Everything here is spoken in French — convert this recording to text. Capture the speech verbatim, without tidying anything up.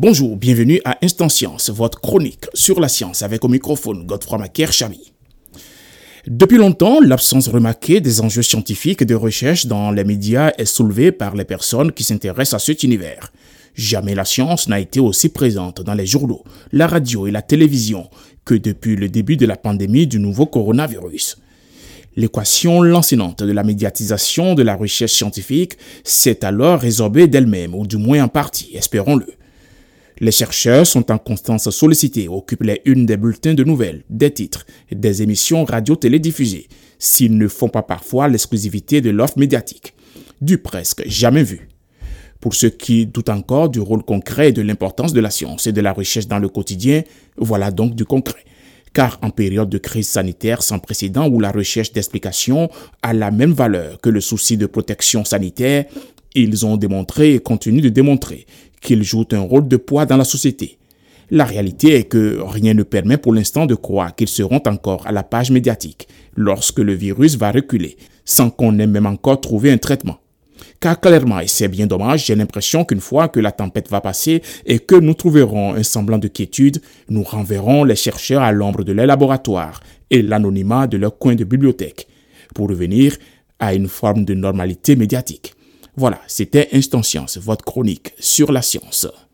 Bonjour, bienvenue à Instant Science, votre chronique sur la science avec au microphone Godefroy Macaire-Chami. Depuis longtemps, l'absence remarquée des enjeux scientifiques et de recherche dans les médias est soulevée par les personnes qui s'intéressent à cet univers. Jamais la science n'a été aussi présente dans les journaux, la radio et la télévision que depuis le début de la pandémie du nouveau coronavirus. L'équation lancinante de la médiatisation de la recherche scientifique s'est alors résorbée d'elle-même, ou du moins en partie, espérons-le. Les chercheurs sont en constance sollicités, occupent les unes des bulletins de nouvelles, des titres et des émissions radio-télédiffusées, s'ils ne font pas parfois l'exclusivité de l'offre médiatique, du presque jamais vu. Pour ceux qui doutent encore du rôle concret et de l'importance de la science et de la recherche dans le quotidien, voilà donc du concret. Car en période de crise sanitaire sans précédent où la recherche d'explication a la même valeur que le souci de protection sanitaire, ils ont démontré et continuent de démontrer qu'ils jouent un rôle de poids dans la société. La réalité est que rien ne permet pour l'instant de croire qu'ils seront encore à la page médiatique lorsque le virus va reculer, sans qu'on ait même encore trouvé un traitement. Car clairement, et c'est bien dommage, j'ai l'impression qu'une fois que la tempête va passer et que nous trouverons un semblant de quiétude, nous renverrons les chercheurs à l'ombre de leur laboratoire et l'anonymat de leur coin de bibliothèque, pour revenir à une forme de normalité médiatique. Voilà, c'était Instant Science, votre chronique sur la science.